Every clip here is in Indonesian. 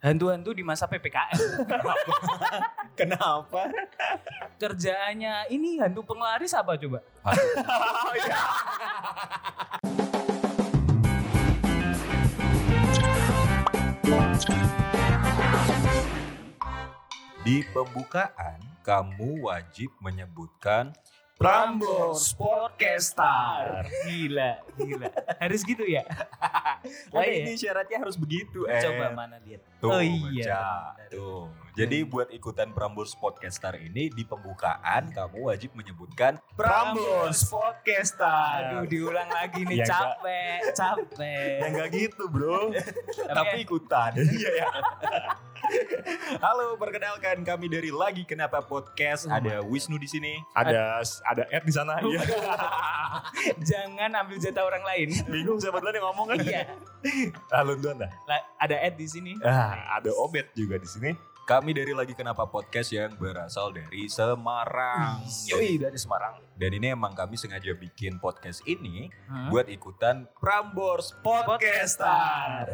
hantu-hantu di masa PPKM. Kenapa? Kerjaannya ini hantu penglaris apa coba? Di pembukaan, kamu wajib menyebutkan Prambors Podcaster. Gila. Harus gitu ya? Nah Ada ini syaratnya harus begitu. Coba mana lihat. Tuh, Oh iya. baca. Tuh. Jadi buat ikutan Prambors Podcaster ini di pembukaan kamu wajib menyebutkan Prambors Podcaster. Aduh, diulang lagi nih, Ya, capek. Ya enggak gitu, Bro. Tapi ikutan. Iya ya. Halo, perkenalkan kami dari Lagi Kenapa Podcast. Ada Wisnu di sini. Ada Ed di sana. Iya. Jangan ambil jatah orang lain. Bingung siapa duluan yang ngomong kan? Iya. Lalu duluan dah. Ada Ed di sini. Ada Obet juga di sini. Kami dari Lagi Kenapa Podcast yang berasal dari Semarang. Yoi, dari Semarang. Dan ini emang kami sengaja bikin podcast ini Hah? buat ikutan Prambors Podcaster.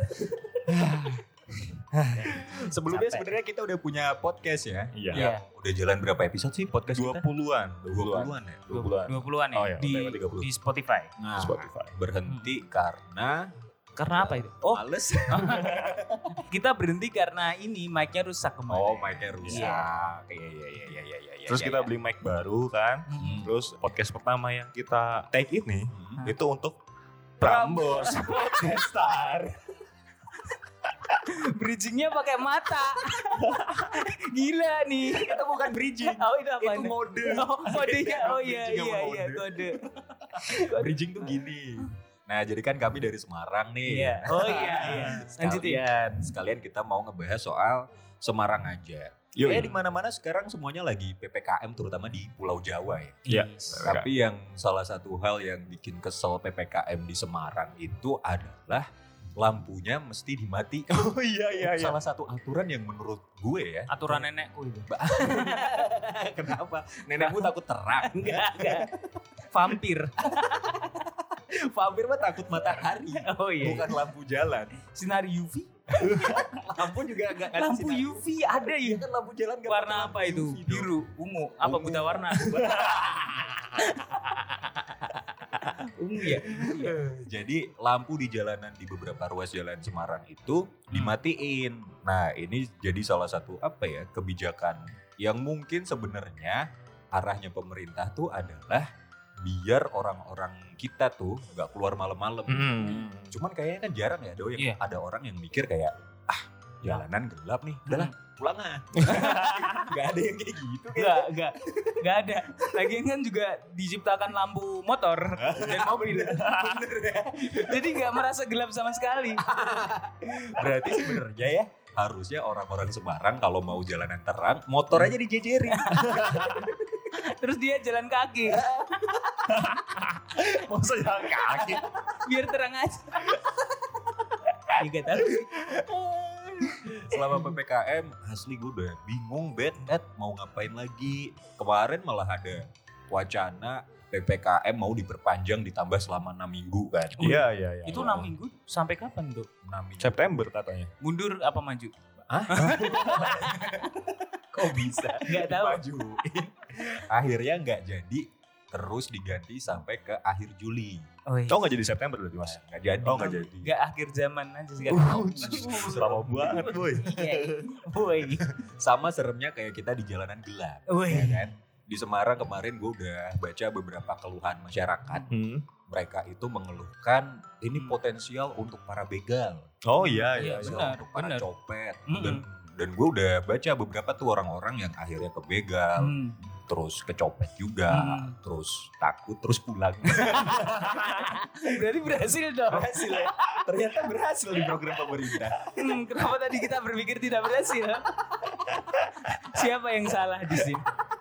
Sebelumnya Capek. sebenarnya kita udah punya podcast ya. Iya. Iya. Udah jalan berapa episode sih podcast kita? 20-an. 20-an ya. 20-an ya Oh iya, di, udah 30. di Spotify. Nah, Spotify. berhenti karena Karena apa itu? Oh, males. kita berhenti karena ini mic-nya rusak kemarin. Oh, mic-nya rusak. Iya. Iya. Terus kita beli mic baru kan. Mm-mm. Terus podcast pertama yang kita take ini itu untuk Prambors Podcaster. Bridging-nya pakai mata. Gila nih. Itu bukan bridging. Oh, itu apa? Itu mode. Oh, kodenya. Oh iya, Bridging sama iya, mode. kode. Bridging tuh gini. Nah, jadi kan kami dari Semarang nih. Iya. Oh iya. Lanjutin. Sekalian kita mau ngebahas soal Semarang aja. Yoi. Kayak di mana-mana sekarang semuanya lagi PPKM terutama di Pulau Jawa ya. Iya. Tapi yang salah satu hal yang bikin kesel PPKM di Semarang itu adalah lampunya mesti dimatiin. Oh iya. Salah satu aturan yang menurut gue ya. Aturan nenekku itu. Kenapa? Nenekmu takut terang. Enggak. Vampir. Vampir mah takut matahari. Oh iya. Bukan lampu jalan. Sinar UV? Lampu juga enggak Lampu UV ada Iya ya. kan lampu jalan nggak Warna pakai apa lampu itu? UV dong. Biru, ungu, apa Ungu. buta warna? Ungu ya. Jadi lampu di jalanan di beberapa ruas jalan Semarang itu dimatiin. Nah ini jadi salah satu apa ya kebijakan yang mungkin sebenarnya arahnya pemerintah tuh adalah biar orang-orang kita tuh nggak keluar malam-malam. Cuman kayaknya kan jarang ya Do, yang Iya. ada orang yang mikir kayak jalanan gelap nih, udahlah pulang ah. Nggak ada yang kayak gitu kan. Enggak ada. Lagian kan juga diciptakan lampu motor dan mobil. Bener ya. Jadi enggak merasa gelap sama sekali. Berarti sebenarnya ya harusnya orang-orang Semarang kalau mau jalanan terang motor aja dijejerin. Terus dia jalan kaki Masa jalan kaki? biar terang aja. Enggak tahu sih. Selama PPKM asli gue udah bingung mau ngapain lagi. Kemarin malah ada wacana PPKM mau diperpanjang ditambah selama 6 minggu kan. Iya. Itu 6 minggu sampai kapan tuh? 6 minggu. September katanya. Mundur apa maju? Kok bisa? Nggak tahu. Majuin. Akhirnya nggak jadi, terus diganti sampai ke akhir Juli. Oh iya. Kau nggak jadi September berarti mas? Nggak jadi. Oh nggak jadi. Enggak akhir zaman aja sih. Lama banget boy. Iya. Woi. Sama seremnya kayak kita di jalanan gelap. Woi. Ya kan? Di Semarang kemarin gue udah baca beberapa keluhan masyarakat. Mereka itu mengeluhkan ini potensial untuk para begal. Oh iya. Iya, Potensial benar, untuk para benar. copet. Mm-mm. Dan gue udah baca beberapa tuh orang-orang yang akhirnya kebegal. Terus kecopet juga, terus takut, terus pulang. Berarti berhasil dong. Berhasil ya. Ternyata berhasil di program pemerintah. Kenapa tadi kita berpikir tidak berhasil? Siapa yang salah di sini?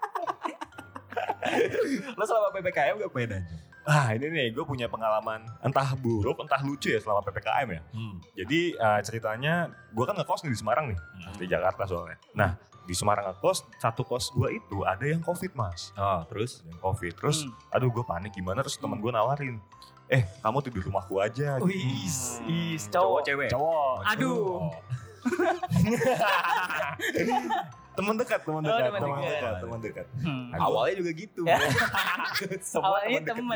Lo selama PPKM ngapain aja? Ini nih gue punya pengalaman entah buruk entah lucu ya selama PPKM ya. Jadi ceritanya gue kan ngekos nih di Semarang nih, di Jakarta soalnya. Nah di Semarang ngekos, satu kos gue itu ada yang COVID mas. Oh, terus? Ada yang COVID, terus aduh gue panik gimana, terus temen gue nawarin, kamu tidur di rumahku aja. Wih, cowok cewek? Cowok. Aduh. Teman dekat. teman dekat. Awalnya juga gitu. Semua Awalnya temen.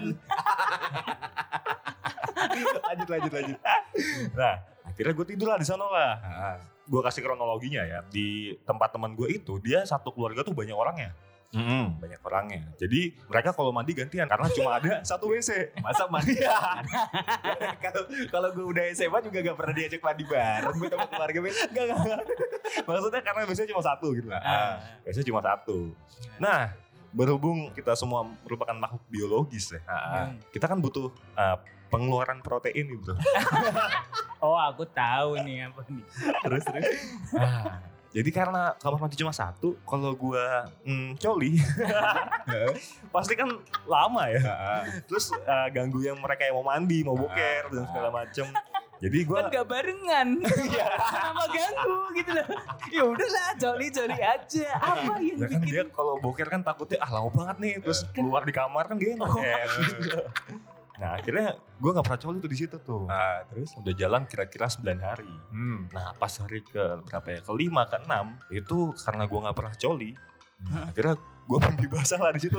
Lanjut. Nah, akhirnya gue tidur lah di sana lah. Gue kasih kronologinya ya. Di tempat teman gue itu, dia satu keluarga tuh banyak orangnya. Banyak orangnya. Jadi mereka kalau mandi gantian karena cuma ada satu WC. Masa mandi? Kalau gue udah SMA juga gak pernah diajak mandi bareng gue sama keluarga. Enggak. Maksudnya karena biasanya cuma satu gitu lah. Biasanya cuma satu. Nah, berhubung kita semua merupakan makhluk biologis ya. Kita kan butuh pengeluaran protein gitu. Oh, aku tahu nih apa nih. Terus. Jadi karena kamar mandi cuma satu, kalau gua coli, pasti kan lama ya. Terus ganggu yang mereka yang mau mandi, mau boker dan segala macem. Jadi gua Kan gak barengan. Sama ganggu gitu loh. Ya udahlah, coli aja. Apa yang ya kan bikin dia kalau boker kan takutnya lama banget nih, terus keluar di kamar kan gak enak. Nah akhirnya gue gak pernah coli tuh di situ tuh. Terus udah jalan kira-kira 9 hari. Nah pas hari ke berapa ya? Ke-5, ke-6 itu karena gue gak pernah coli. Akhirnya gue mimpi basah lah di situ.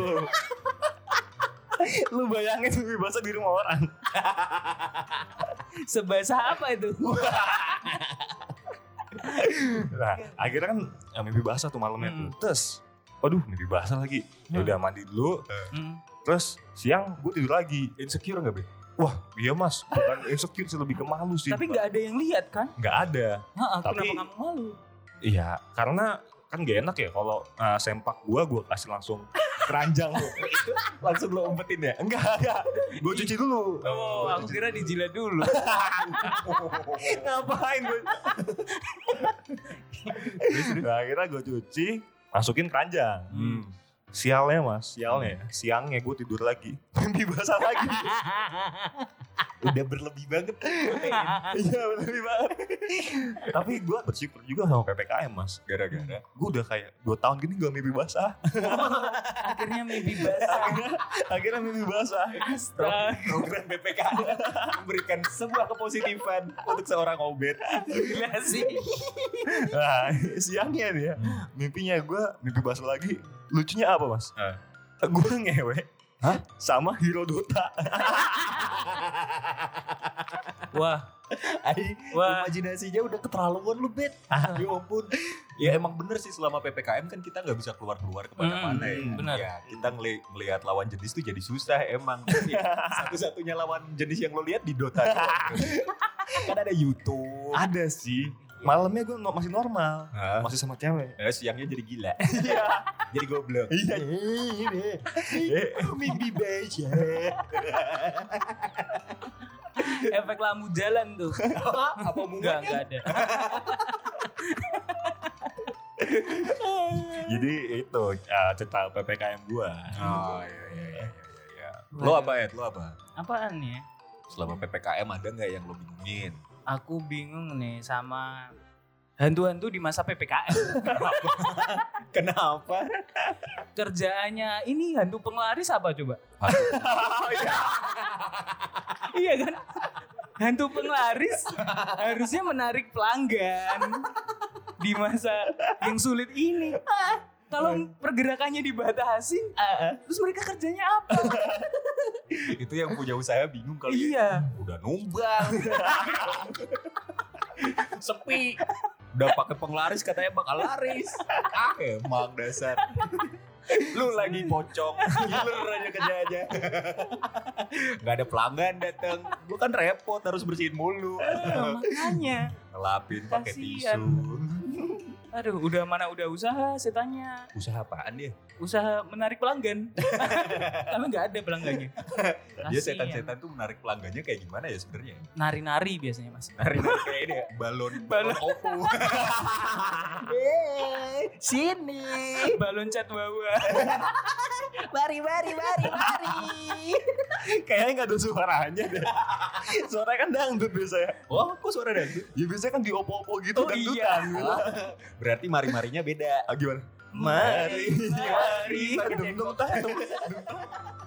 Lu bayangin mimpi basah di rumah orang. sebasah apa itu? Nah akhirnya kan mimpi basah tuh malamnya tuh. Terus waduh mimpi basah lagi. Ya udah mandi dulu. Terus siang gue tidur lagi. Insecure gak, Be? Wah iya mas, bukan insecure sih, lebih ke malu sih. Tapi gak ada yang lihat kan? Gak ada. Kenapa kamu malu? Iya, karena kan gak enak ya kalau sempak gue kasih langsung keranjang. Itu langsung lo umpetin ya? Enggak. Gue cuci dulu. Oh, aku kira dijilat dulu. Ngapain gue? Nah, akhirnya gue cuci, masukin keranjang. Sialnya mas, siangnya gue tidur lagi, mimpi basah lagi. Udah berlebih banget. Iya berlebih banget. Tapi gue bersyukur juga sama PPKM mas. Gara-gara Gue udah kayak 2 tahun gini gak mimpi basah. Akhirnya mimpi basah. Akhirnya mimpi basah. Astaga. program PPKM memberikan sebuah kepositifan untuk seorang Obed. Gila sih. Nah siangnya nih ya, mimpinya gue mimpi basah lagi. Lucunya apa mas? Gue ngewe sama hero Dota. Wah, Imajinasinya udah keterlaluan lu, Bet. Ya ampun. Ya emang bener sih selama PPKM kan kita gak bisa keluar-keluar kemana-mana ya. Bener. Ya kita ngelihat lawan jenis tuh jadi susah emang. Satu-satunya lawan jenis yang lo lihat di Dota. Kan ada YouTube. Ada sih. Malamnya gue masih normal, masih sama cewek. Siangnya jadi gila. Jadi goblok. Iya. Mimpi beja. efek lampu jalan tuh. Apa Enggak ada. Jadi itu cerita PPKM gue. Oh iya. Lo apa ya? Lo apa? Apaan ya? Selama PPKM ada nggak yang lo bingungin? Aku bingung nih sama hantu-hantu di masa PPKM. Kenapa? Kerjaannya ini hantu penglaris apa coba? Iya kan? Hantu penglaris harusnya menarik pelanggan di masa yang sulit ini. Kalau pergerakannya dibatasin, terus mereka kerjanya apa? Itu yang punya usaha bingung kali. Iya. Udah numbang. Sepi. Udah pakai penglaris katanya bakal laris. Emang dasar. Lu lagi pocong, giler aja kerjanya. Gak ada pelanggan datang. Lu kan repot harus bersihin mulu. Makanya. Ngelapin pakai Kasian. tisu. Aduh, udah usaha setannya. Usaha apaan dia? Usaha menarik pelanggan. Tapi nggak ada pelanggannya. Dia Kasian. setan-setan tuh menarik pelanggannya kayak gimana ya sebenarnya? Nari-nari biasanya mas. Nari-nari kayak ini ya, balon Oppo. Sini. Balon cat bawah. Mari. Kayaknya gak ada suaranya deh. Suaranya kan dangdut biasanya. Oh, kok suara dangdut? Ya biasanya kan di opo-opo gitu Oh, dangdutan. iya. Gitu. Berarti mari-marinya beda. Gimana? Mari. Dung-dung.